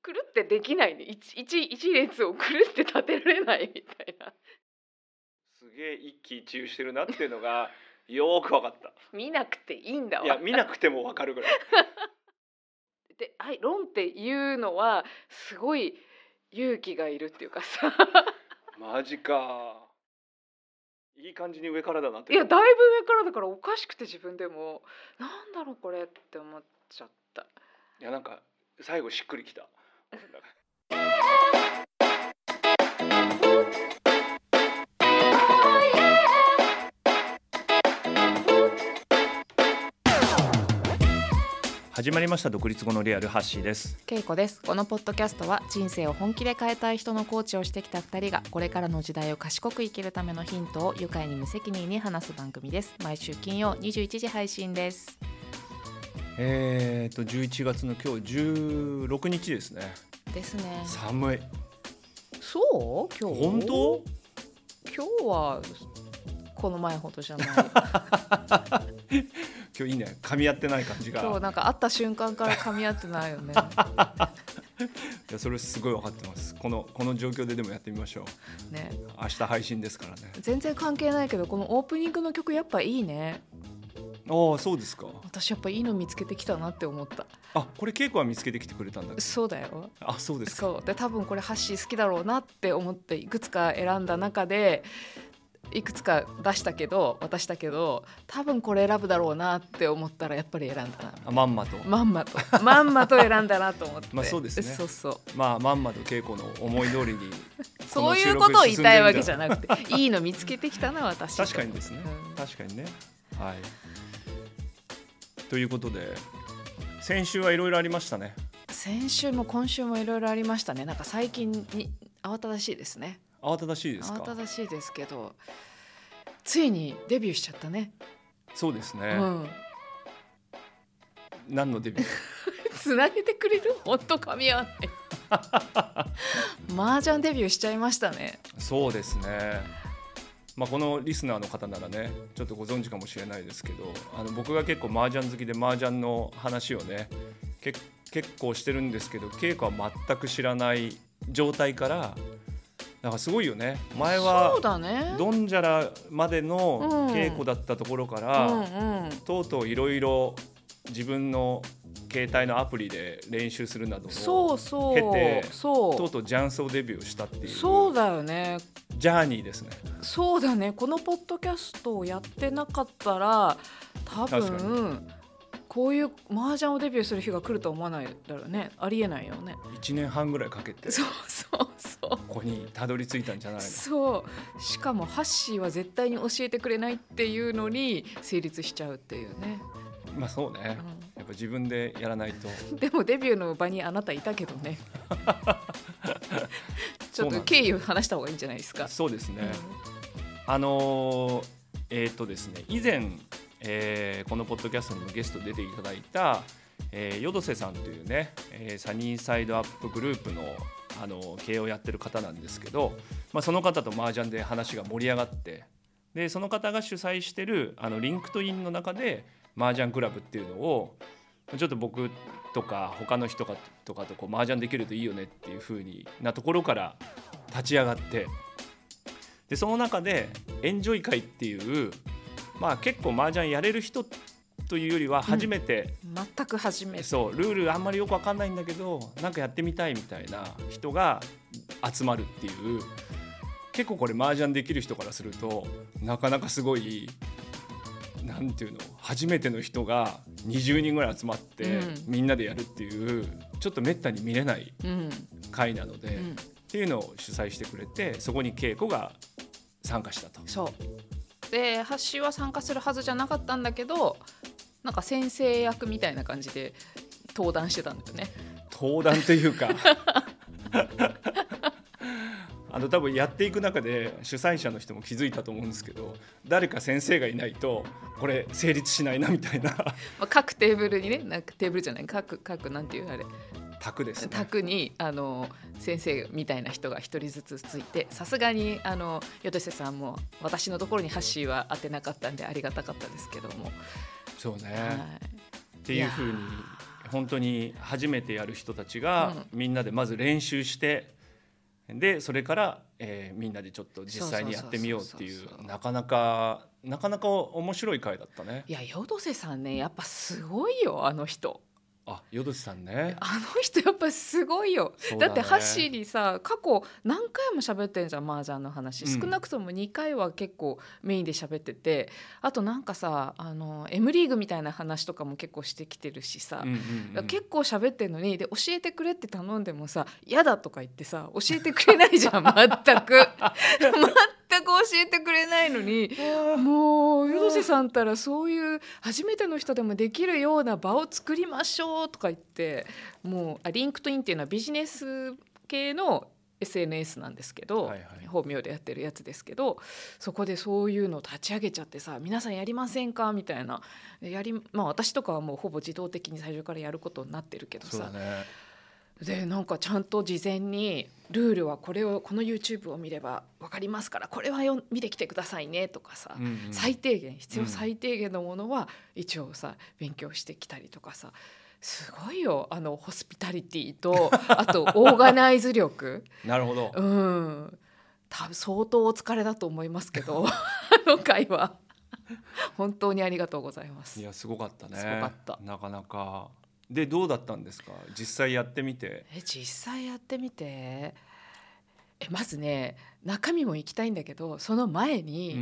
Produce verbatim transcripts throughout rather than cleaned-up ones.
くるってできないね。一一一列をくるって立てられないみたいな。 すげえ一喜一憂してるなっていうのがよーく分かった。 見なくていいんだわ。 いや見なくても分かるぐらいで、はい、論っていうのはすごい勇気がいるっていうかさマジか。いい感じに上からだなって。 いやだいぶ上からだからおかしくて自分でもなんだろうこれって思っちゃった。 いやなんか最後しっくりきた始まりました独立後のリアルハッシーです。 けいこです。このポッドキャストは人生を本気で変えたい人のコーチをしてきたふたりがこれからの時代を賢く生きるためのヒントを愉快に無責任に話す番組です。毎週金曜にじゅういちじ配信です。 えーとじゅういちがつの今日じゅうろくにちですね。 ですね。 寒い。 そう今日本当？ 今日はこの前ほどじゃない今日いいね、噛み合ってない感じが。 今日なんか会った瞬間から噛み合ってないよねいやそれすごい分かってます。このこの状況ででもやってみましょうね。明日配信ですからね。 全然関係ないけどこのオープニングの曲やっぱいいね。 ああそうですか。 私やっぱいいの見つけてきたなって思った。 あ、これ稽古は見つけてきてくれたんだっけ。 そうだよ。 あ、そうですか。 そうで多分これハッシー好きだろうなって思っていくつか選んだ中でいくつか出したけど渡したけど多分これ選ぶだろうなって思ったらやっぱり選んだな。 あ、まんまとまんまとまんまと選んだなと思ってまあそうですね。 そうそうまあまんまと稽古の思い通りにそういうことを言いたいわけじゃなくていいの見つけてきたな私。 確かにですね、 うん、 確かにね。はいということで先週はいろいろありましたね。 先週も今週もいろいろありましたね。なんか最近に慌ただしいですね。 慌ただしいですか。 慌ただしいですけどついにデビューしちゃったね。 そうですね、 うん、 何のデビューつなげてくれる。ほんと噛み合わない麻雀デビューしちゃいましたね。 そうですね。まあ、このリスナーの方ならねちょっとご存知かもしれないですけど、あの僕が結構麻雀好きで麻雀の話をねけ結構してるんですけど、稽古は全く知らない状態からなんかすごいよね。前はドンジャラまでの稽古だったところから、うんうんうん、とうとういろいろ自分の携帯のアプリで練習するなどを経てとうとう雀荘デビューをしたっていう。 そうだよね。 ジャーニーですね。 そうだね。このポッドキャストをやってなかったら多分こういう麻雀をデビューする日が来ると思わないだろうね。ありえないよね。 いちねんはんぐらいかけてそうそうそうここにたどり着いたんじゃないの。 そうしかもハッシーは絶対に教えてくれないっていうのに成立しちゃうっていうね。 まあそうね、うん、やっぱ自分でやらないと。 でもデビューの場にあなたいたけどねちょっと経緯を話した方がいいんじゃないですか。 そうですね、うん、あのー、えー、っとですね以前、えー、このポッドキャストにもゲスト出ていただいた、えー、よどせさんというね、えー、サニーサイドアップグループの、あのー、経営をやってる方なんですけど、まあ、その方と麻雀で話が盛り上がって、でその方が主催してるあのリンクトインの中で麻雀クラブっていうのをちょっと僕とか他の人とかとこう麻雀できるといいよねっていう風になところから立ち上がって、でその中でエンジョイ会っていう、まあ結構麻雀やれる人というよりは初めて、 うん、全く初めて、 そうルールあんまりよく分かんないんだけどなんかやってみたいみたいな人が集まるっていう、結構これ麻雀できる人からするとなかなかすごいなんていうの、初めての人がにじゅうにんぐらい集まって、うん、みんなでやるっていうちょっとめったに見れない会なので、うんうん、っていうのを主催してくれて、そこに稽古が参加したと。 そうでハッシーは参加するはずじゃなかったんだけどなんか先生役みたいな感じで登壇してたんだよね。 登壇というかあの多分やっていく中で主催者の人も気づいたと思うんですけど、誰か先生がいないとこれ成立しないなみたいなまあ各テーブルにね、なんかテーブルじゃない各各なんていうあれ卓ですね。 卓にあの先生みたいな人が一人ずつついて、さすがにあのよどせさんも私のところにハッシーは当てなかったんでありがたかったですけども。 そうね、はい、っていう風に本当に初めてやる人たちが、うん、みんなでまず練習してでそれから、えー、みんなでちょっと実際にやってみようっていうなかなかなかなか面白い回だったね。 いや淀瀬さんねやっぱすごいよあの人。 あ、淀瀬さんね。 あの人やっぱすごいよ。だ, だってハッシーにさ過去何回も喋ってんじゃん麻雀の話、うん、少なくともにかいは結構メインで喋ってて、あとなんかさあの M リーグみたいな話とかも結構してきてるしさ、うんうんうん、結構喋ってんのにで教えてくれって頼んでもさ嫌だとか言ってさ教えてくれないじゃん全く全く教えてくれないのにもう淀瀬さんたらそういう初めての人でもできるような場を作りましょうとか言ってもうあリンクトインっていうのはビジネス系の エスエヌエス なんですけど、はいはい、本名でやってるやつですけどそこでそういうのを立ち上げちゃってさ皆さんやりませんかみたいなやり、まあ、私とかはもうほぼ自動的に最初からやることになってるけどさそうだね。 でなんかちゃんと事前にルールはこれをこの YouTube を見れば分かりますからこれはよ見てきてくださいねとかさ、うんうん、最低限必要最低限のものは一応さ勉強してきたりとかさすごいよあのホスピタリティとあとオーガナイズ力なるほど、 うん、多分相当お疲れだと思いますけどあの回は本当にありがとうございます。 いやすごかったね。 すごかった。 なかなかでどうだったんですか実際やってみて。 え実際やってみてえまずね中身も行きたいんだけどその前に、うん、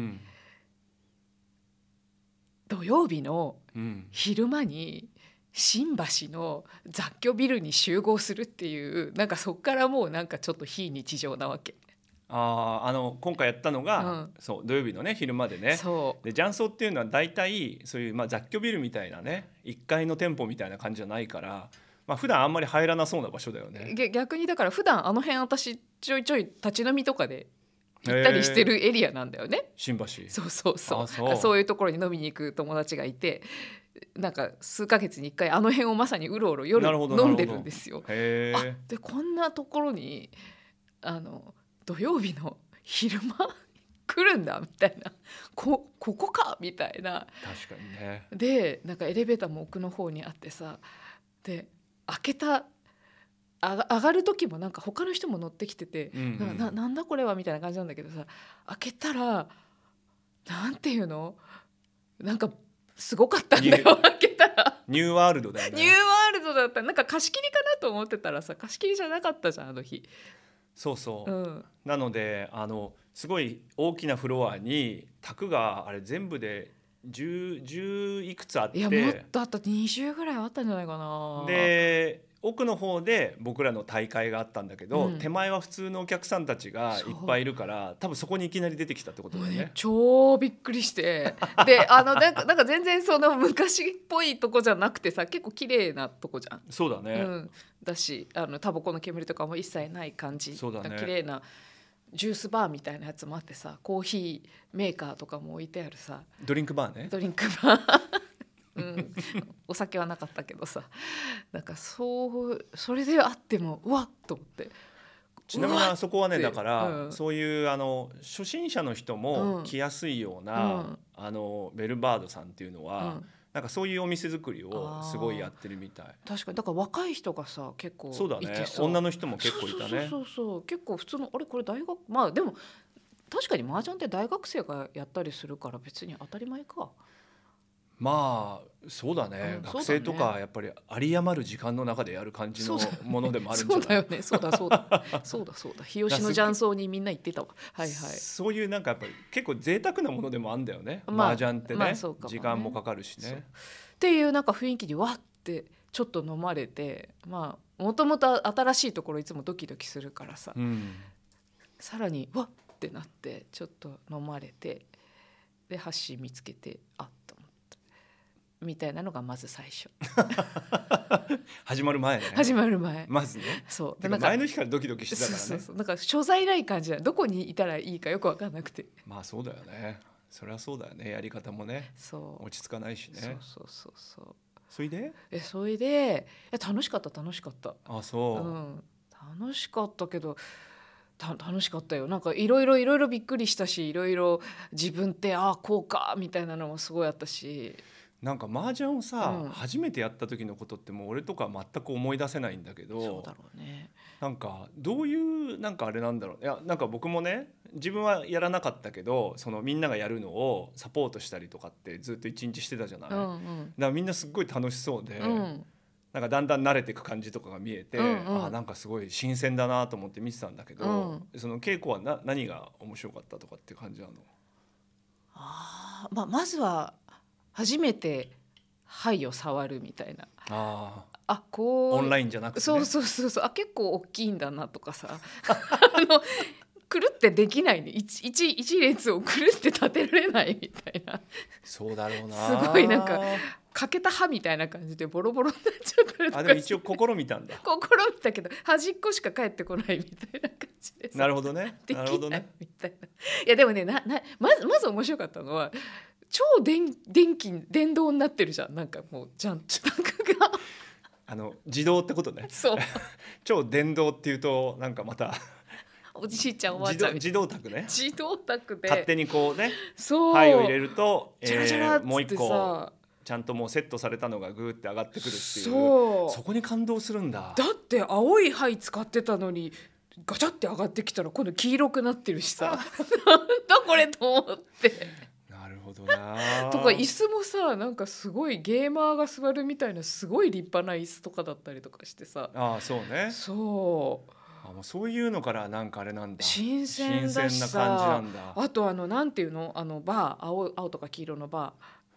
土曜日の昼間に新橋の雑居ビルに集合するっていうなんかそっからもうなんかちょっと非日常なわけ。 ああの今回やったのが、うん、そう土曜日のね昼間でね。そうで雀荘っていうのは大体そういう、まあ、雑居ビルみたいなねいっかいの店舗みたいな感じじゃないから、まあ、普段あんまり入らなそうな場所だよね。 逆にだから普段あの辺私ちょいちょい立ち飲みとかで行ったりしてるエリアなんだよね。 新橋。 そうそうそう。そうそういうところに飲みに行く友達がいてなんか数ヶ月にいっかいあの辺をまさにうろうろ夜飲んでるんですよ。へあでこんなところにあの土曜日の昼間来るんだみたいな こ, ここかみたいな。 確かにね。 でなんかエレベーターも奥の方にあってさで開けた上がる時もなんか他の人も乗ってきてて、うんうん、な, なんだこれはみたいな感じなんだけどさ開けたらなんていうのなんかすごかったんだよ開けたらニューワールドだよね。 ニューワールドだった。なんか貸し切りかなと思ってたらさ貸し切りじゃなかったじゃんあの日。 そうそう、うん、なのであのすごい大きなフロアに卓があれ全部で 10, 10いくつあって、 いやもっとあったにじゅうぐらいあったんじゃないかな。 で奥の方で僕らの大会があったんだけど、うん、手前は普通のお客さんたちがいっぱいいるから多分そこにいきなり出てきたってことだよね。ね超びっくりしてであのなんか、なんか全然その昔っぽいとこじゃなくてさ結構綺麗なとこじゃん。 そうだね、うん、 だしあのタバコの煙とかも一切ない感じ。 そうだね、 綺麗なジュースバーみたいなやつもあってさコーヒーメーカーとかも置いてあるさドリンクバーね。 ドリンクバーうん、お酒はなかったけどさなんかそうそれであってもうわっと思って。 ちなみにあそこはねだから、うん、そういうあの初心者の人も来やすいような、うん、あのベルバードさんっていうのは、うん、なんかそういうお店作りをすごいやってるみたい。 確かにだから若い人がさ結構いてさ。 そうだね女の人も結構いたね。 そうそうそうそう結構普通のあれこれ大学まあでも確かに麻雀って大学生がやったりするから別に当たり前か。 まあそうだね、うん、学生とかやっぱり有り余る時間の中でやる感じのものでもあるんじゃない。 そうだよねそうだそうだそうだそうだ日吉の雀荘にみんな行ってたわ。はいはい。 そういうなんかやっぱり結構贅沢なものでもあるんだよね、まあ、麻雀ってね、まあね、時間もかかるしねっていうなんか雰囲気にわってちょっと飲まれて、まあもともと新しいところいつもドキドキするからさ、うん、さらにわってなってちょっと飲まれてでハッシー見つけてあみたいなのがまず最初始まる前ね。 始まる前まずね。 そうだから前の日からドキドキしてたからね。そうそうそうなんか所在ない感じだ。どこにいたらいいかよく分かんなくて。 まあそうだよね。そりゃそうだよね。やり方もねそう落ち着かないしね。 そうそうそうそうそれでえそれでいや楽しかった楽しかった。 あそう、 うん、楽しかったけどた楽しかったよ。なんかいろいろいろいろびっくりしたしいろいろ自分ってああこうかみたいなのもすごいあったし。 なんか麻雀をさ、 うん初めてやった時のことってもう俺とか全く思い出せないんだけど、 そうだろうね。 なんかどういうなんかあれなんだろう。いやなんか僕もね自分はやらなかったけど、そのみんながやるのをサポートしたりとかってずっと一日してたじゃない、 うだかんらみんなすっごい楽しそうで、 うんうんなんかだんだん慣れていく感じとかが見えて、 うんうんあなんかすごい新鮮だなと思って見てたんだけど、 うその稽古はな何が面白かったとかっていう感じなの？ あー、まあ、まずは初めて牌を触るみたいな、 ああこうオンラインじゃなくてね。 そうそうそうそう、あ結構大きいんだなとかさあのくるってできないね、一, 一, 一列をくるって立てられないみたいな、 そうだろうな。 すごいなんか欠けた歯みたいな感じでボロボロになっちゃったりとかあでも一応試みたんだ。 試みたけど端っこしか返ってこないみたいな感じでさ、 なるほどね。 できなるほどね。 ないみたいな。いやでもね、ななまずまず面白かったのは超電電気電動になってるじゃん、なんかもうじゃんなんかがあの自動ってことね。 そう超電動っていうとなんかまたおじいちゃんおばあ自動ちゃん自動卓ね。 自動卓で勝手にこうねそう牌を入れると、 ジャラジャラっつってさ、 もう一個ちゃんともうセットされたのがグーって上がってくるっていう。 そうそこに感動するんだ。 だって青い牌使ってたのにガチャって上がってきたら今度黄色くなってるしさなんだこれと思ってなるほどな。 とか椅子もさ、なんかすごいゲーマーが座るみたいなすごい立派な椅子とかだったりとかしてさ、 ああそうね。 そうあもうそういうのからなんかあれなんだ。 新鮮だしさ、 新鮮な感じなんだ。 あとあのなんていうの、あのバー、青、青とか黄色のバ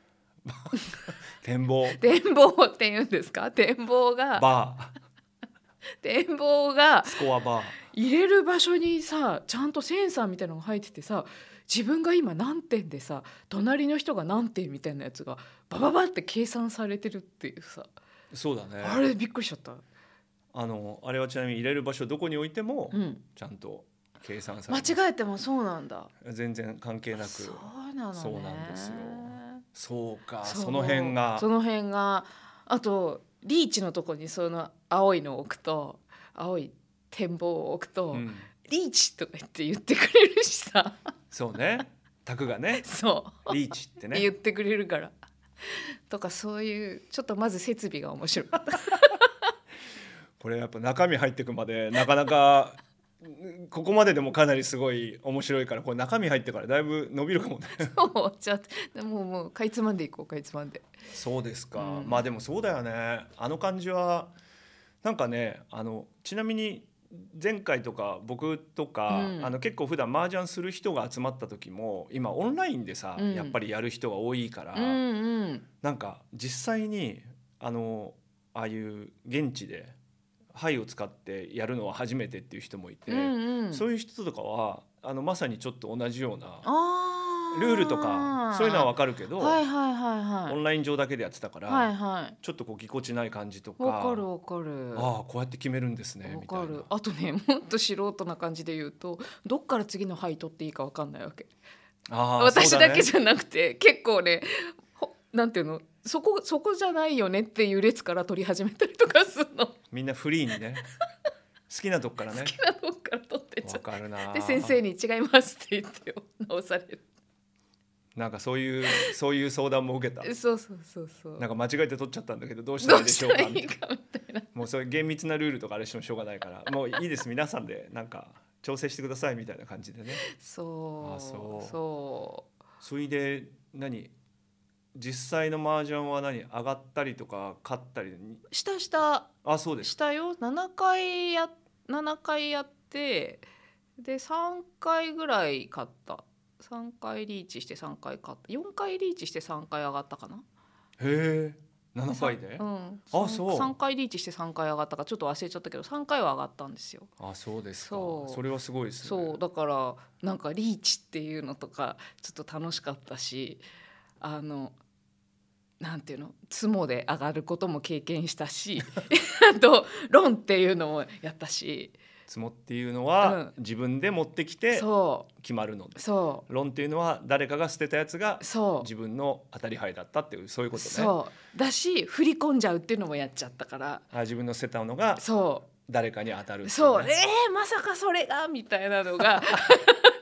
展望ー展望っていうんですか、展望がバ展望がースコアバー。 入れる場所にさちゃんとセンサーみたいなのが入っててさ、自分が今何点でさ隣の人が何点みたいなやつがバババって計算されてるっていうさ、 そうだね。 あれびっくりしちゃった、 あのあれはちなみに入れる場所どこに置いてもうん、 ちゃんと計算されて間違えてもそうなんだ。 全然関係なく。 そうなのね。 そうなんですよ。そうか、 そうその辺がその辺があとリーチのとこにその青いのを置くと、青い展望を置くと、 うんリーチとか言って言ってくれるしさそうね。タクがねそうリーチってね。 言ってくれるからとか、そういうちょっとまず設備が面白かったこれやっぱ中身入ってくまでなかなかここまででもかなりすごい面白いから、これ中身入ってからだいぶ伸びるかもねそうじゃあもうもうかいつまんでいこうかいつまんで。 そうですか、 うんまあでもそうだよね。あの感じはなんかね、あのちなみに前回とか僕とか、 うんあの結構普段麻雀する人が集まった時も今オンラインでさ、 うんやっぱりやる人が多いから、 うんうんなんか実際にあのああいう現地で牌を使ってやるのは初めてっていう人もいて、 うんうん、 そういう人とかはあのまさにちょっと同じようなあルールとかそういうのは分かるけど、 はいはいはいはいオンライン上だけでやってたから、 はいはいちょっとこうぎこちない感じとか、 わかるわかるああこうやって決めるんですねわみたいな。 かる。あとね、もっと素人な感じで言うと、どっから次の牌取っていいかわかんないわけ。 ああ私そうだねだけじゃなくて結構ね、ほなんていうの、そこそこじゃないよねっていう列から取り始めたりとかするの。好みんなフリーにね好きなとこからねきなとこから取ってっちゃわかるな。 う。で先生に違いますって言って直される。 なんかそういうそういう相談も受けた。 そうそうそうそう。 なんか間違えて取っちゃったんだけどどうしたらどいういでしょうかしたらいいみたいな。 かみたいな。 もうそういう厳密なルールとかあれしてもしょうがないからもういいです皆さんでなんか調整してくださいみたいな感じでね。 そうあそうそうそれで何実際の麻雀は何上がったりとか勝ったりにしたしたあそうですしたよ。ななかいやななかいやってでさんかいぐらい勝った。さんかいリーチしてさんかい勝った。よんかいリーチしてさんかい上がったかな。 へえななかいで、 うん、 あそうさんかいリーチしてさんかい上がったかちょっと忘れちゃったけどさんかいは上がったんですよ。 あそうですか。 そうそれはすごいですね。 そうだからなんかリーチっていうのとかちょっと楽しかったし、あのなんていうの、ツモで上がることも経験したしあとロンっていうのもやったし、 ツモっていうのは、 うん自分で持ってきてそ決まるので、 うそロンっていうのは誰かが捨てたやつがうそう自分の当たり牌だったっていうそういうことね。 そうだし振り込んじゃうっていうのもやっちゃったから、 あ自分の捨てたのがそ誰かに当たるっていうね、 うそうえー、まさかそれがみたいなのが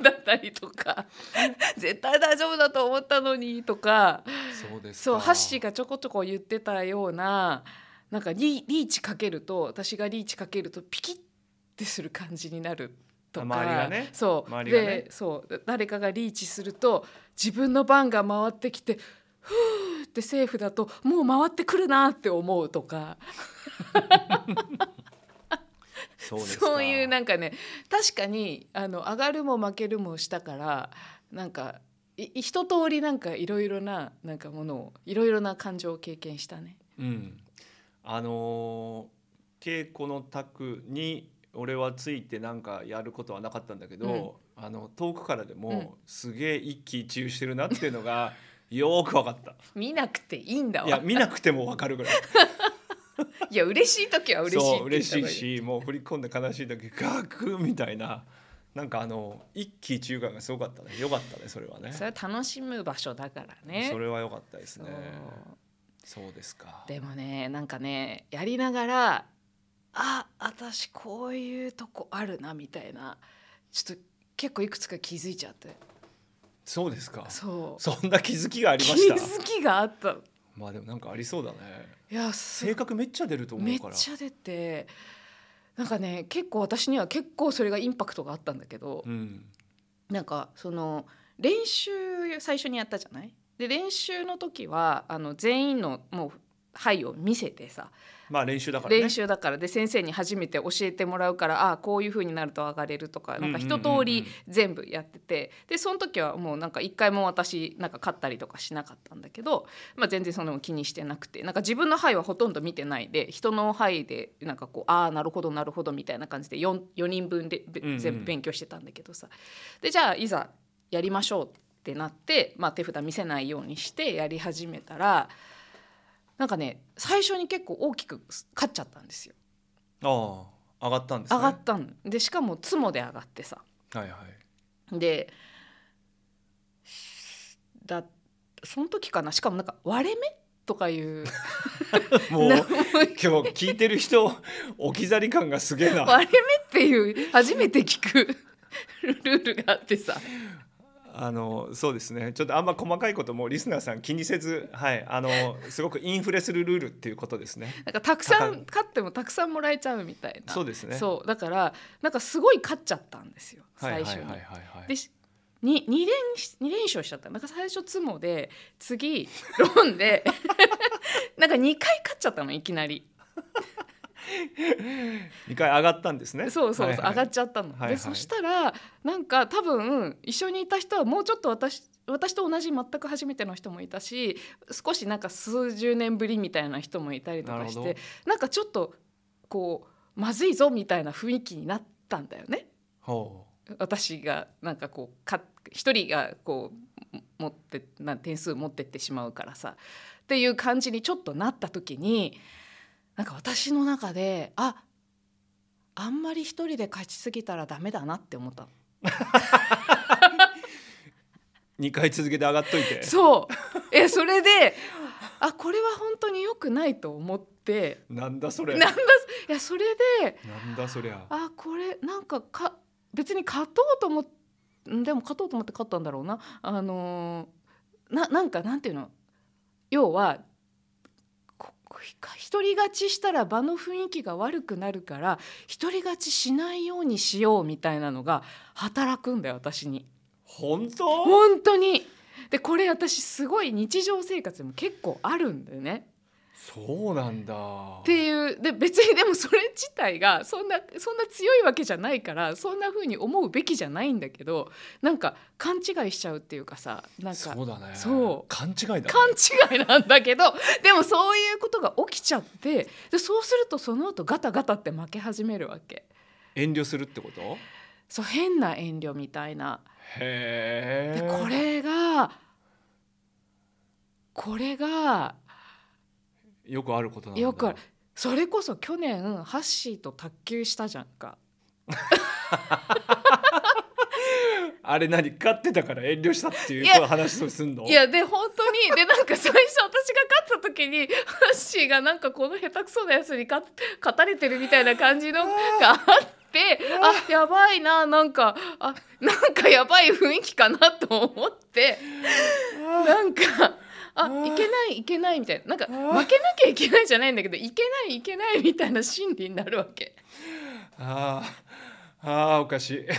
だったりとか絶対大丈夫だと思ったのにとか、 そうですか。 そうハッシーがちょこちょこ言ってたような、なんか リ, リーチかけると私がリーチかけるとピキッてする感じになるとか、 周りがね、 そう周りがね、 でそう誰かがリーチすると自分の番が回ってきてふーってセーフだともう回ってくるなって思うとかそうですか。 そういうなんかね、確かにあの上がるも負けるもしたから、なんかい一通りなんかいろいろななんかものをいろいろな感情を経験したね。 うん、あのー、稽古の卓に俺はついてなんかやることはなかったんだけど、うん、あの遠くからでも、うん、すげえ一喜一憂してるなっていうのがよく分かった見なくていいんだわ。 いや見なくても分かるぐらいいや嬉しい時は嬉しいってそう嬉しいし、もう振り込んで悲しい時ガクみたいな、なんかあの一喜一憂感がすごかったね。よかったねそれはね。 それは楽しむ場所だからね。 それは良かったですね。そう、そうですか。 でもね、なんかねやりながら、あ、私こういうとこあるなみたいな、ちょっと結構いくつか気づいちゃって。 そうですか。 そう、 そんな気づきがありました。 気づきがあった。 まあでもなんかありそうだね。 いや性格めっちゃ出ると思うから。 めっちゃ出て、なんかね結構私には結構それがインパクトがあったんだけど、うん、なんかその練習最初にやったじゃない。で練習の時はあの全員のもう牌を見せてさ、 まあ練習だからね。 練習だからで先生に初めて教えてもらうから、ああこういう風になると上がれるとか、なんか一通り全部やってて、でその時はもうなんか一回も私なんか勝ったりとかしなかったんだけど、まあ、全然その気にしてなくて、なんか自分の牌はほとんど見てないで、人の牌でなんかこう、ああなるほどなるほどみたいな感じで 4, 4人分で全部勉強してたんだけどさ、でじゃあいざやりましょうってなって、まあ、手札見せないようにしてやり始めたら、なんかね最初に結構大きく勝っちゃったんですよ。 ああ、上がったんですね。 上がったんで、しかもツモで上がってさ、 はいはい、 でだその時かな、しかもなんか割れ目とかいうもう今日聞いてる人置き去り感がすげえな。 割れ目っていう初めて聞くルールがあってさ、 あのそうですね、ちょっとあんま細かいこともリスナーさん気にせず、はい、あのすごくインフレするルールっていうことですね。 なんかたくさん勝ってもたくさんもらえちゃうみたいな。 そうですね。そうだからなんかすごい勝っちゃったんですよ最初に。でに 2, 連2連勝しちゃった。なんか最初ツモで次ロンでなんかにかい勝っちゃったのいきなり。 にかい上がったんですね。 そうそうそう、はいはい、上がっちゃったの、はいはい、でそしたらなんか多分一緒にいた人はもうちょっと 私, 私と同じ全く初めての人もいたし、少しなんか数十年ぶりみたいな人もいたりとかして、 な, なんかちょっとこうまずいぞみたいな雰囲気になったんだよね。ほう、私がなんかこうか一人がこう持ってな点数持ってってしまうからさっていう感じにちょっとなった時に、なんか私の中でああんまり一人で勝ちすぎたらダメだなって思ったの。 にかい続けて上がっといて。 そうえそれであこれは本当に良くないと思って、 なんだそれなんだいやそれでなんだそりゃあこれなんかか別に勝とうと思ってでも勝とうと思って勝ったんだろうな。あのー、な, なんかなんていうの、要は一人勝ちしたら場の雰囲気が悪くなるから一人勝ちしないようにしようみたいなのが働くんだよ私に。 本当？ 本当に。でこれ私すごい日常生活でも結構あるんだよね。 そうなんだっていうで別にでもそれ自体がそんなそんな強いわけじゃないからそんな風に思うべきじゃないんだけど、なんか勘違いしちゃうっていうかさ、なんかそうだね、 そう勘違いだね、 勘違いなんだけどでもそういうことが起きちゃって、でそうするとその後ガタガタって負け始めるわけ。 遠慮するってこと？ そう変な遠慮みたいな。 へーでこれがこれがよくあることなんだ。 よくある。それこそ去年ハッシーと卓球したじゃんか。 あれ何勝ってたから遠慮したっていう話をすんの？ いやで本当にでなんか最初私が勝った時にハッシーがなんかこの下手くそなやつに勝たれてるみたいな感じのがあって、 あやばいな、なんかあなんかやばい雰囲気かなと思ってなんかあいけないいけないみたいな、なんか負けなきゃいけないじゃないんだけどいけないいけないみたいな心理になるわけ。 あーあーおかしい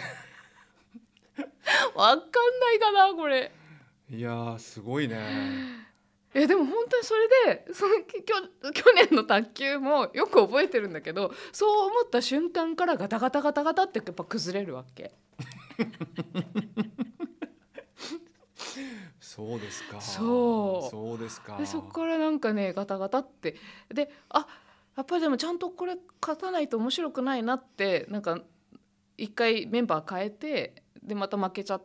わかんないかなこれ。 いやーすごいね。 えでも本当にそれでそのきょ去年の卓球もよく覚えてるんだけど、そう思った瞬間からガタガタガタガタってやっぱ崩れるわけ。 そうですか。 そうそうですか。 でそこからなんかねガタガタってで、あやっぱりでもちゃんとこれ勝たないと面白くないなってなんか一回メンバー変えてでまた負けちゃって、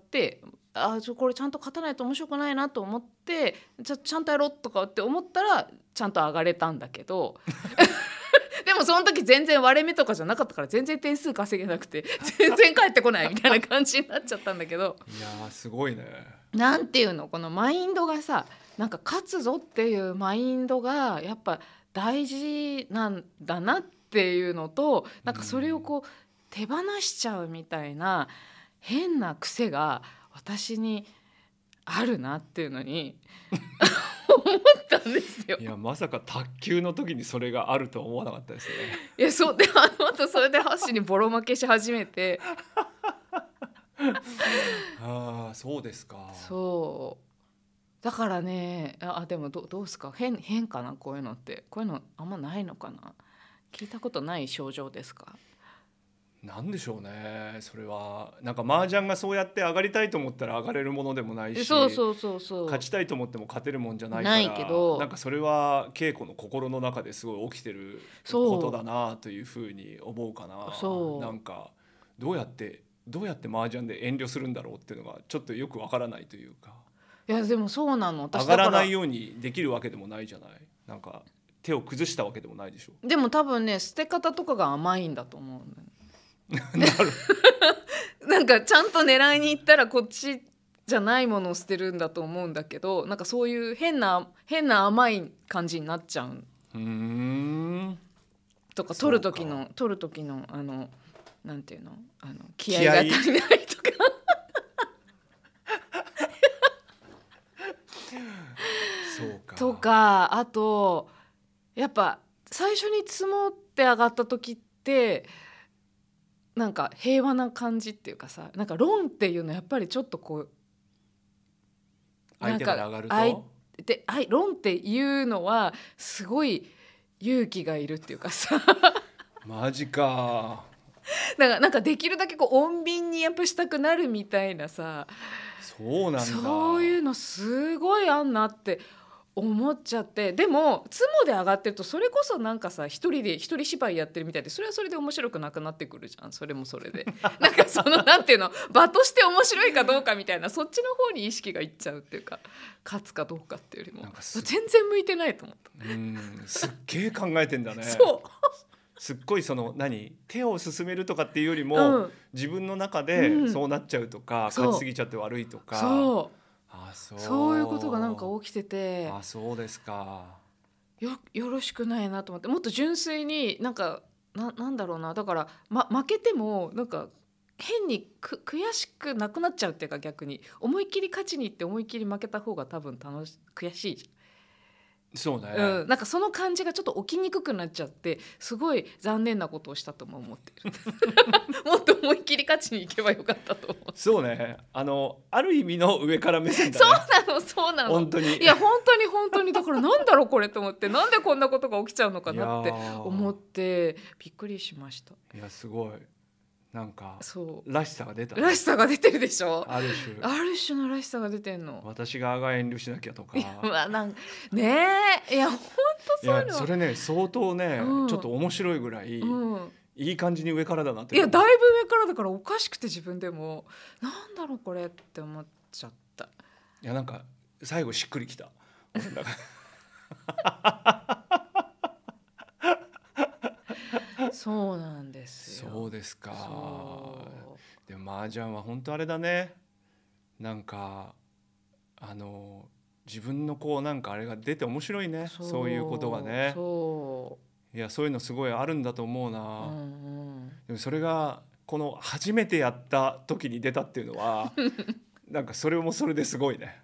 あちょこれちゃんと勝たないと面白くないなと思ってちゃちゃんとやろうとかって思ったらちゃんと上がれたんだけどでもその時全然割れ目とかじゃなかったから全然点数稼げなくて全然返ってこないみたいな感じになっちゃったんだけどいやーすごいね。 なんていうのこのマインドがさ、なんか勝つぞっていうマインドがやっぱ大事なんだなっていうのと、なんかそれをこう手放しちゃうみたいな変な癖が私にあるなっていうのに思ったんですよ。 いやまさか卓球の時にそれがあるとは思わなかったですね。 いやそうであの後それで箸にボロ負けし始めてああそうですか。 そうだからね、あでも ど, どうですか 変, 変かなこういうのって、こういうのあんまないのかな、聞いたことない症状ですか。 なんでしょうね。それはなんか麻雀がそうやって上がりたいと思ったら上がれるものでもないし、 そうそうそうそう勝ちたいと思っても勝てるもんじゃないから、 ないけどなんかそれは稽古の心の中ですごい起きてることだなというふうに思うかな。 そうなんかどうやってどうやって麻雀で遠慮するんだろうっていうのがちょっとよくわからないというか、 いやでもそうなの、私上がらないよようにできるわけでもないじゃない。なんか手を崩したわけでもないでしょ。 でも多分ね捨て方とかが甘いんだと思うんだよなるなんかちゃんと狙いに行ったらこっちじゃないものを捨てるんだと思うんだけど、なんかそういう変な変な甘い感じになっちゃううーんとか、取る時の取る時のあのなんていうのあの気合が足りないとかそうかとか、あとやっぱ最初に積もって上がった時ってなんか平和な感じっていうかさ、なんか論っていうのはやっぱりちょっとこう相手から上がると相手はい論っていうのはすごい勇気がいるっていうかさマジか。 だからなんかできるだけこう穏便にやっぱしたくなるみたいなさ、 そうなんだ。 そういうのすごいあんなって思っちゃって、でもツモで上がってるとそれこそなんかさ一人で一人芝居やってるみたいで、それはそれで面白くなくなってくるじゃん。それもそれでなんかそのなんていうの場として面白いかどうかみたいな、そっちの方に意識がいっちゃうっていうか、勝つかどうかっていうよりもなんかす全然向いてないと思った。 うんすっげえ考えてんだね。 そうすっごいその何手を進めるとかっていうよりも、 うん、 自分の中でうんそうなっちゃうとか、 そう勝ちすぎちゃって悪いとか、 そうあそうそういうことがなんか起きてて、 あそうですか。 よ, よろしくないなと思って、もっと純粋になんか な, なんだろうな、だから、ま、負けてもなんか変にく悔しくなくなっちゃうっていうか、逆に思いっきり勝ちにいって思いっきり負けた方が多分楽し悔しいじそうね、 ゃん、うん、なんかその感じがちょっと起きにくくなっちゃって、すごい残念なことをしたとも思ってるもっと思いっきり勝ちに行けばよかったと思う。 そうね、あのある意味の上から目線だそうね。 なのそうなの本当にいや本当に本当にだからなんだろうこれと思って、なんでこんなことが起きちゃうのかなっていやー思ってびっくりしました。 いやすごいなんかそうらしさが出たね、 らしさが出てるでしょ。 ある種ある種のらしさが出てんの。 私側が遠慮しなきゃとか。 うわなんねえいや本当いそういうのやそれね相当ね、 うんちょっと面白いぐらい、 うんいい感じに上からだなって。 いやだいぶ上からだからおかしくて、自分でもなんだろうこれって思っちゃった。 いやなんか最後しっくりきただからそうなんですよ。 そうですか。 そうでも麻雀は本当あれだね、なんかあの自分のこうなんかあれが出て面白いね、 そそういうことがね。 そいやそういうのすごいあるんだと思うな、 う、うんうん、 でもそれがこの初めてやった時に出たっていうのはなんかそれもそれですごいね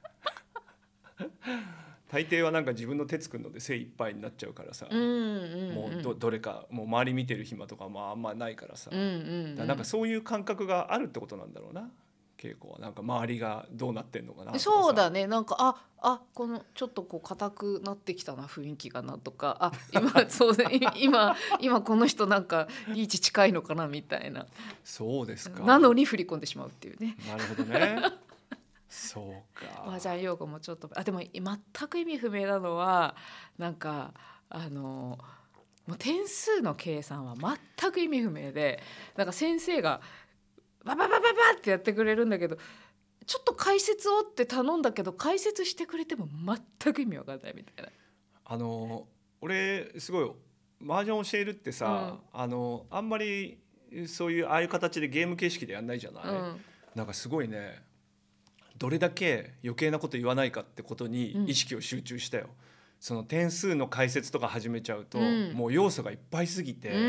大抵はなんか自分の手作るので精一杯になっちゃうからさ、 うんうんうん、 もう ど, どれかもう周り見てる暇とかもあんまないからさ、 うんうんうん、 だからなんかそういう感覚があるってことなんだろうな、稽古は。なんか周りがどうなってんのかなとかさ。 そうだね、なんかああこのちょっとこう硬くなってきたな雰囲気がなとか、あ今そうね今今この人なんかリーチ近いのかなみたいな。 そうですか。 なのに振り込んでしまうっていうね。 なるほどねそうか。 麻雀用語もちょっとあでも全く意味不明なのはなんかあのもう点数の計算は全く意味不明で、なんか先生がバババババってやってくれるんだけど、ちょっと解説をって頼んだけど解説してくれても全く意味わかんないみたいな。 あの俺すごい麻雀教えるってさ、うん、あのあんまりそういうああいう形でゲーム形式でやんないじゃない、うん、なんかすごいね、どれだけ余計なこと言わないかってことに意識を集中したよ、うん、その点数の解説とか始めちゃうと、うん、もう要素がいっぱいすぎて、うん、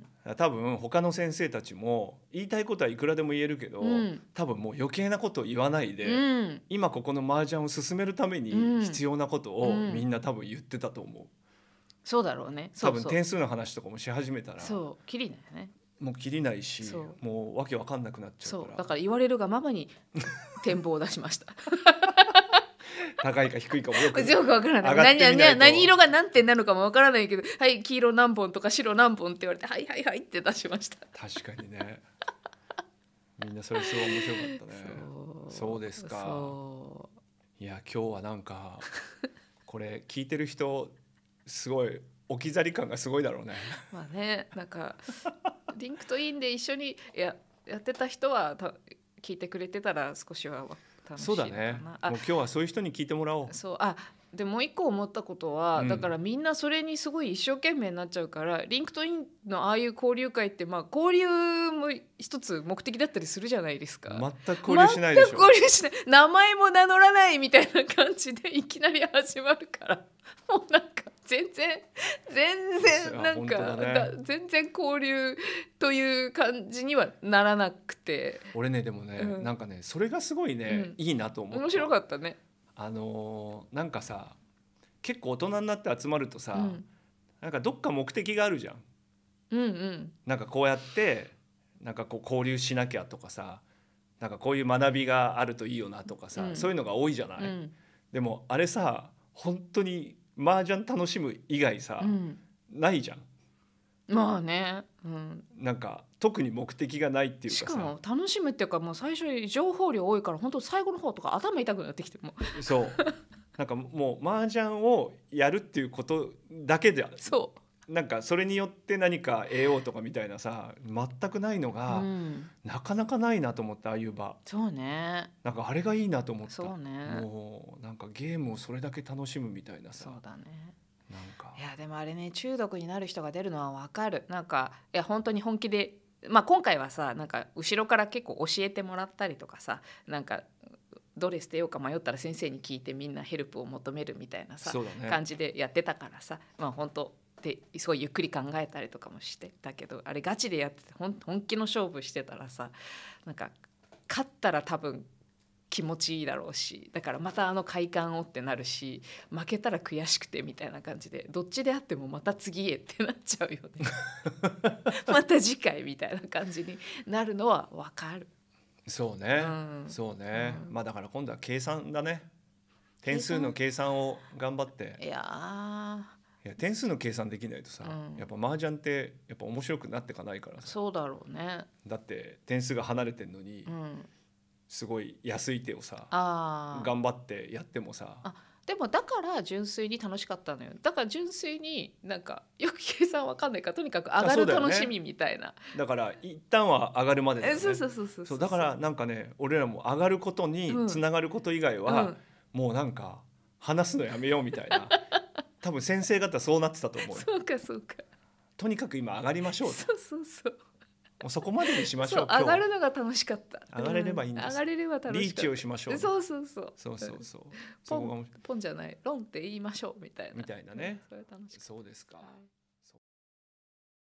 多分他の先生たちも言いたいことはいくらでも言えるけど、うん、多分もう余計なことを言わないで、うん、今ここの麻雀を進めるために必要なことをみんな多分言ってたと思う、うん、 そうだろうね。 多分点数の話とかもし始めたらそうきりないよね。 もう切りないし、もうわけわかんなくなっちゃうから。 そうだから言われるがままに展望を出しました高いか低いかもよくよくわからない、何, 何, 何色が何点なのかもわからないけど、はい黄色何本とか白何本って言われてはいはいはいって出しました。 確かにねみんなそれすごい面白かったね。そうそうですか。いや今日はなんかこれ聞いてる人すごい置き去り感がすごいだろうねまあね、なんかリンクトインで一緒に や, やってた人はた聞いてくれてたら少しは楽しいのかな。 そうだね。もう今日はそういう人に聞いてもらおう。 そうあでもう一個思ったことは、うん、だからみんなそれにすごい一生懸命になっちゃうから、リンクトインのああいう交流会ってまあ交流も一つ目的だったりするじゃないですか。 全く交流しないでしょ。 全く交流しない、名前も名乗らないみたいな感じでいきなり始まるからもうなんか全然全然なんか、ね、だ全然交流という感じにはならなくて、 俺ねでもね、うん、なんかねそれがすごいね、うん、いいなと思った。 面白かったね。 あのー、なんかさ結構大人になって集まるとさ、うん、なんかどっか目的があるじゃん、 うんうん、 なんかこうやってなんかこう交流しなきゃとかさ、なんかこういう学びがあるといいよなとかさ、うん、そういうのが多いじゃない、うん、でもあれさ本当に麻雀楽しむ以外さ、うん、ないじゃん。 まあね、うん、 なんか特に目的がないっていうかさ、 しかも楽しむっていうかもう最初に情報量多いから本当最後の方とか頭痛くなってきてもそうなんかもう麻雀をやるっていうことだけで、 そうなんかそれによって何か得ようとかみたいなさ全くないのが、うん、なかなかないなと思って、ああいう場。 そうね、 なんかあれがいいなと思った。 そうね、 もうなんかゲームをそれだけ楽しむみたいなさ。 そうだね。 なんかいやでもあれね、中毒になる人が出るのは分かる。なんかいや本当に本気で、まあ、今回はさなんか後ろから結構教えてもらったりとかさ、なんかどれ捨てようか迷ったら先生に聞いてみんなヘルプを求めるみたいなさ、ね、感じでやってたからさ、まあ本当ですごいゆっくり考えたりとかもしてたけど、あれガチでやってて本気の勝負してたらさ、なんか勝ったら多分気持ちいいだろうし、だからまたあの快感をってなるし、負けたら悔しくてみたいな感じで、どっちであってもまた次へってなっちゃうよねまた次回みたいな感じになるのは分かる。 そうね、うん、そうね、うん、まあだから今度は計算だね。点数の計算を頑張って。 いやいや点数の計算できないとさ、うん、やっぱ麻雀ってやっぱ面白くなっていかないからさ。 そうだろうね。 だって点数が離れてんのに、うん、すごい安い手をさ頑張ってやってもさ、 あでもだから純粋に楽しかったのよ。だから純粋になんかよく計算わかんないからとにかく上がる楽しみみたいな。 だ, ね、だから一旦は上がるまでだよね。 そうそうそうそうそうだからなんかね、俺らも上がることにつながること以外は、うん、もうなんか話すのやめようみたいな多分先生方そうなってたと思うよ。 そうかそうか。 とにかく今上がりましょうと。 そうそうそう。 もうそこまでにしましょう。 そう上がるのが楽しかった。 上がれればいいんです。 上がれれば楽しかった。 リーチをしましょう。 そうそうそう。 そうそうそう。 ポンポンじゃない。ロンって言いましょうみたいな。 みたいなね。 それ楽しかった。 そうですか。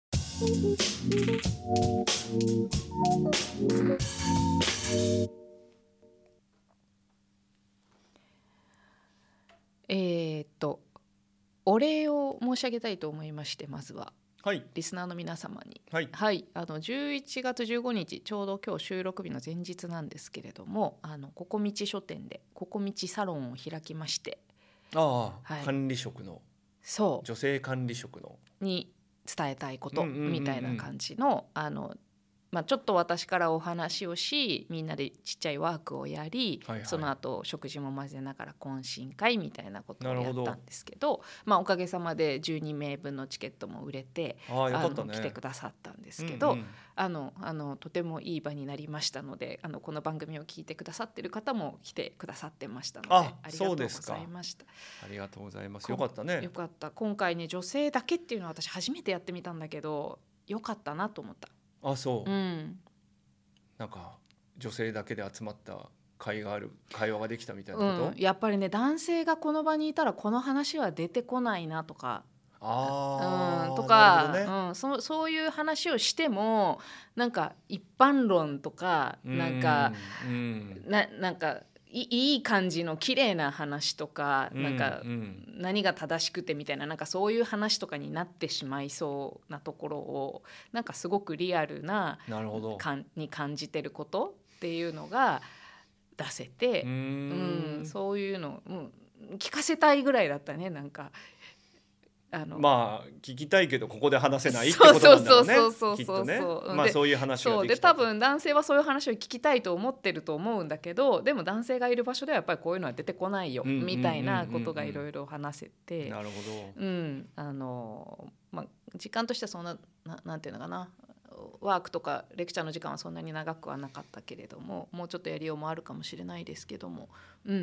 えーっとお礼を申し上げたいと思いまして、まずははい、 リスナーの皆様に、 はい、 はい、あのじゅういちがつじゅうごにち、ちょうど今日収録日の前日なんですけれども、あのここみち書店でここみちサロンを開きまして、 ああ、 はい、 管理職のそう女性管理職のに伝えたいことうんうんうんうんみたいな感じの、あのまあ、ちょっと私からお話をし、みんなでちっちゃいワークをやり、 はいはい、 その後食事も混ぜながら懇親会みたいなことをやなるほどったんですけど、まあ、おかげさまでじゅうにめいぶんのチケットも売れて、 ああよかったね、 あの来てくださったんですけど、 うんうん、 あのあのとてもいい場になりましたので、あのこの番組を聞いてくださってる方も来てくださってましたので、 あありがとうございました。 ありがとうございます。よかったね。 よかった。今回ね、女性だけっていうのは私初めてやってみたんだけど、よかったなと思った。 あ、そう、 うん、 なんか女性だけで集まった会がある会話ができたみたいなこと、 うん、やっぱりね、男性がこの場にいたらこの話は出てこないなとか、 あうん、となるほどね、 か、うん、そ, そういう話をしてもなんか一般論とかなんか、 うん、 な, なんかい, いい感じの綺麗な話とか、 うん、 なんかうん何が正しくてみたいな、なんかそういう話とかになってしまいそうなところを、なんかすごくリアルななるほどかんに感じてることっていうのが出せて、 うーうんん、 そういうの、うん、聞かせたいぐらいだったね。なんかあのまあ聞きたいけどここで話せないってことなんだろうね、 そうそうそうそうそうきっとね、 うんでまあそういう話がそうでできた多分男性はそういう話を聞きたいと思ってると思うんだけど、でも男性がいる場所ではやっぱりこういうのは出てこないよ、 うんうんうんうんうんみたいなことがいろいろ話せて、 なるほど、 うんあのまあ、時間としてはそんな、な、なんていうのかな、ワークとかレクチャーの時間はそんなに長くはなかったけれども、もうちょっとやりようもあるかもしれないですけども、うんうん、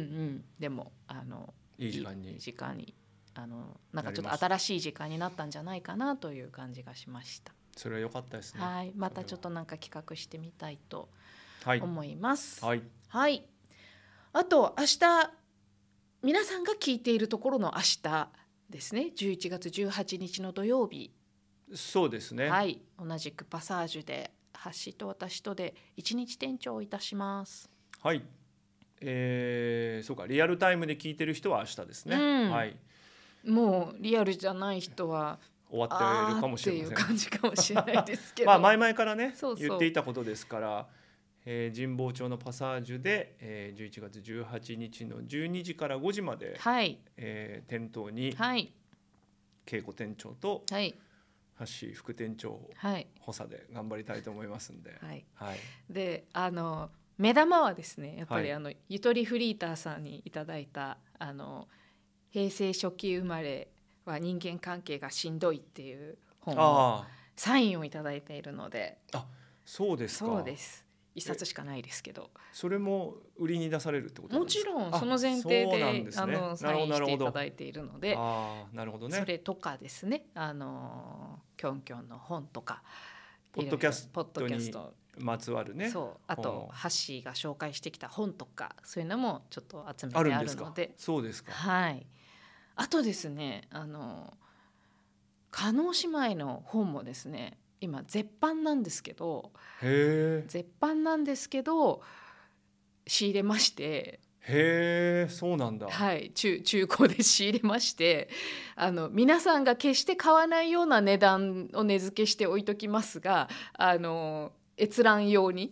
でもあのいい時間にいい時間にあのなんかちょっと新しい時間になったんじゃないかなという感じがしました。 それは良かったですね。 はい、またちょっとなんか企画してみたいとはい思います。 はい、 はい、あと明日皆さんが聞いているところの明日ですね、じゅういちがつじゅうはちにちの土曜日、 そうですね、 はい、同じくパサージュでハッシーと私とで一日店長をいたします。 はい、えー、そうか、リアルタイムで聞いてる人は明日ですね、 うんはい、 もうリアルじゃない人は終わっているかもしれません。 あーっていう感じかもしれないですけどまあ前々からねそうそう言っていたことですから、えー、神保町のパサージュで、えー、じゅういちがつじゅうはちにちのじゅうにじからごじまで、 はいえー、店頭にはい恵子店長とはい橋副店長はい補佐で頑張りたいと思いますんで、 はいはい、 であの目玉はですね、やっぱり、 はいあのゆとりフリーターさんにいただいたあの平成初期生まれは人間関係がしんどいっていう本をあサインをいただいているので、 あ、そうですか。 そうです、一冊しかないですけど、 それも売りに出されるってことなんもちですか。 ろんその前提あそうなんでですね。 あのサインしていただいているので、 ああ、なるほどね。 それとかですね、あのキョンキョンの本とか、 ポッドキャスポッドトにキャストまつわるね。 そう、あ本とをハッシーが紹介してきた本とか、そういうのもちょっと集めてあるあるんですかので、 そうですか。 はい。あとですね、あの加納姉妹の本もですね、今絶版なんですけど、 へえ。 絶版なんですけど仕入れまして、 へえ、そうなんだ。 はい、中中古で仕入れまして、あの皆さんが決して買わないような値段を値付けして置いときますが、あの閲覧用に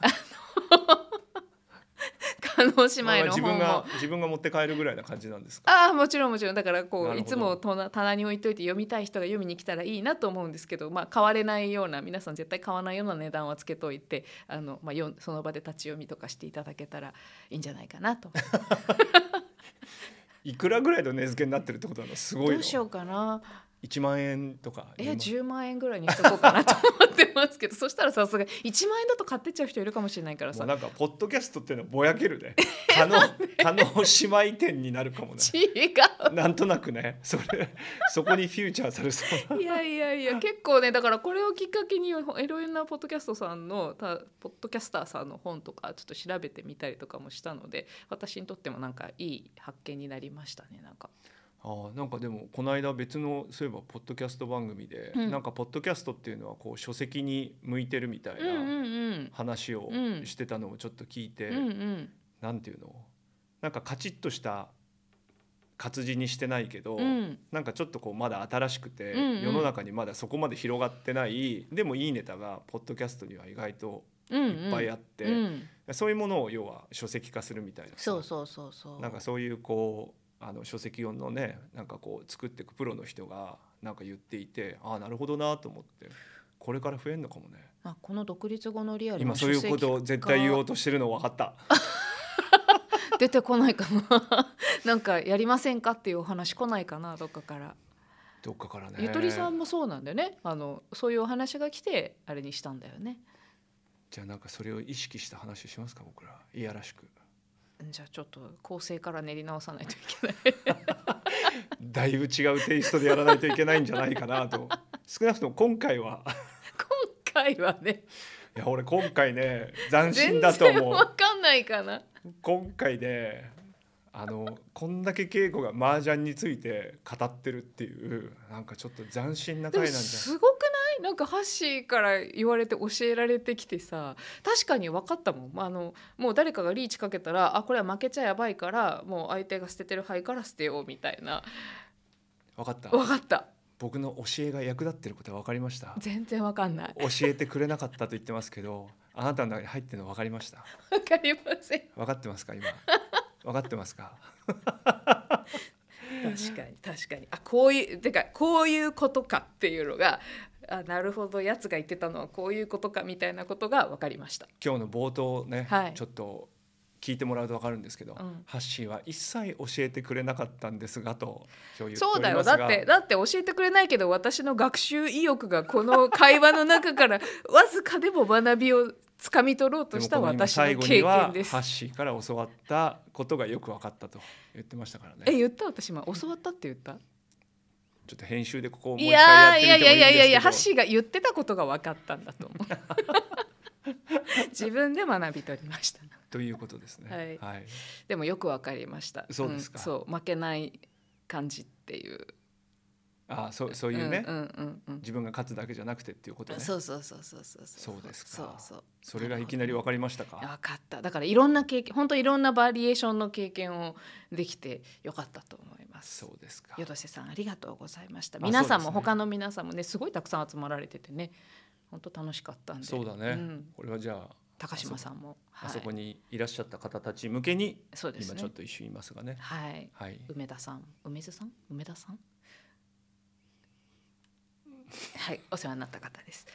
加納姉妹の自分本も、 が自分が持って帰るぐらいな感じなんですか。 ああもちろんもちろん、だからこなるほどういつもとな棚に置いといて読みたい人が読みに来たらいいなと思うんですけど、まあ、買われないような、皆さん絶対買わないような値段はつけといて、あの、まあ、よその場で立ち読みとかしていただけたらいいんじゃないかなと。 いくらぐらいの値付けになってるってことなの。すごいの。 どうしようかな。 いちまんえんとか。 えにまんじゅうまんえんぐらいにしとこうかなと思ってますけどそしたらさすがいちまんえんだと買ってっちゃう人いるかもしれないからさ。 もうなんかポッドキャストっていうのはぼやけるね。可能可能姉妹店になるかもね。 違うなんとなくね、それそこにフューチャーされそうな。 いやいやいや、結構ね、だからこれをきっかけにいろいろなポッドキャストさんのたポッドキャスターさんの本とかちょっと調べてみたりとかもしたので、私にとってもなんかいい発見になりましたね。なんかあなんかでもこの間別のそういえばポッドキャスト番組で、うん、なんかポッドキャストっていうのはこう書籍に向いてるみたいな話をしてたのをちょっと聞いて、うんうん、なんていうのなんかカチッとした活字にしてないけど、うん、なんかちょっとこうまだ新しくて、うんうん、世の中にまだそこまで広がってないでもいいネタがポッドキャストには意外といっぱいあって、うんうん、そういうものを要は書籍化するみたいなさ、 そうそうそうそう、 なんかそういうこうあの書籍用のねなんかこう作っていくプロの人がなんか言っていて、ああなるほどなと思って、これから増えるのかもね。 あこの独立後のリアル今そういうことを絶対言おうとしてるの分かった出てこないかななんかやりませんかっていうお話来ないかな、どっかからどっかからね。 ゆとりさんもそうなんだよね、あのそういうお話が来てあれにしたんだよね。 じゃあなんかそれを意識した話しますか、僕らいやらしく。 じゃあちょっと構成から練り直さないといけないだいぶ違うテイストでやらないといけないんじゃないかなと少なくとも今回は今回はね、 いや俺今回ね斬新だと思う。全然わかんないかな。 今回ねあのこんだけ稽古が麻雀について語ってるっていうなんかちょっと斬新な回なんじゃない。 すごくない？なんかハッシーから言われて教えられてきてさ、確かに分かったもん。あのもう誰かがリーチかけたら、あこれは負けちゃやばいからもう相手が捨ててる牌から捨てようみたいな。 分かった分かった。 僕の教えが役立ってることは分かりました。 全然分かんない。 教えてくれなかったと言ってますけどあなたの中に入ってるの分かりました。 分かりません。 分かってますか今分かってますか確かに確かに、あこういうてかこういうことかっていうのが、あなるほどやつが言ってたのはこういうことかみたいなことが分かりました。 今日の冒頭ね、 はい、 ちょっと聞いてもらうと分かるんですけど、うん、ハッシーは一切教えてくれなかったんですがと今日言っておりますが、 そうだよ、だってだって教えてくれないけど私の学習意欲がこの会話の中からわずかでも学びをつかみ取ろうとした私の経験です。 最後にはハッシーから教わったことがよく分かったと言ってましたからね。 え言った？私今教わったって言った？ ちょっと編集でここをもう一回やってみてもいいんですけど。いやいやいやいやハッシーが言ってたことが分かったんだと思う自分で学び取りましたということですね、 はいはい、でもよく分かりました。 そうですか、 うん、そう負けない感じっていう、 ああ そ, そういうね、 うんうんうんうん、 自分が勝つだけじゃなくてっていうことね。 そうそうそうそうそうそうですか。 そうそう、 それがいきなり分かりましたか。 分かった。だからいろんな経験、本当いろんなバリエーションの経験をできてよかったと思います。 そうですか。 よどせさんありがとうございました。皆さんも、ね、他の皆さんもねすごいたくさん集まられててね本当楽しかったんで。 そうだね、うん、これはじゃあ高島さんもあ そ,、はい、あそこにいらっしゃった方たち向けに、 そうですね、 今ちょっと一瞬いますがね、 はいはい、梅田さん梅津さん梅田さんはいお世話になった方です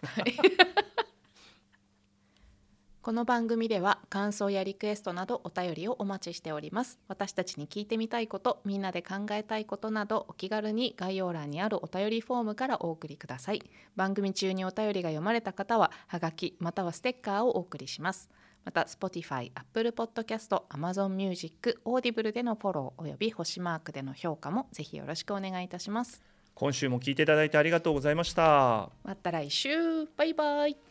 この番組では感想やリクエストなどお便りをお待ちしております。私たちに聞いてみたいこと、みんなで考えたいことなどお気軽に概要欄にあるお便りフォームからお送りください。番組中にお便りが読まれた方ははがきまたはステッカーをお送りします。また Spotify、Apple Podcast、Amazon Music、Audible でのフォローおよび星マークでの評価もぜひよろしくお願いいたします。 今週も聞いていただいてありがとうございました。 また来週、バイバイ。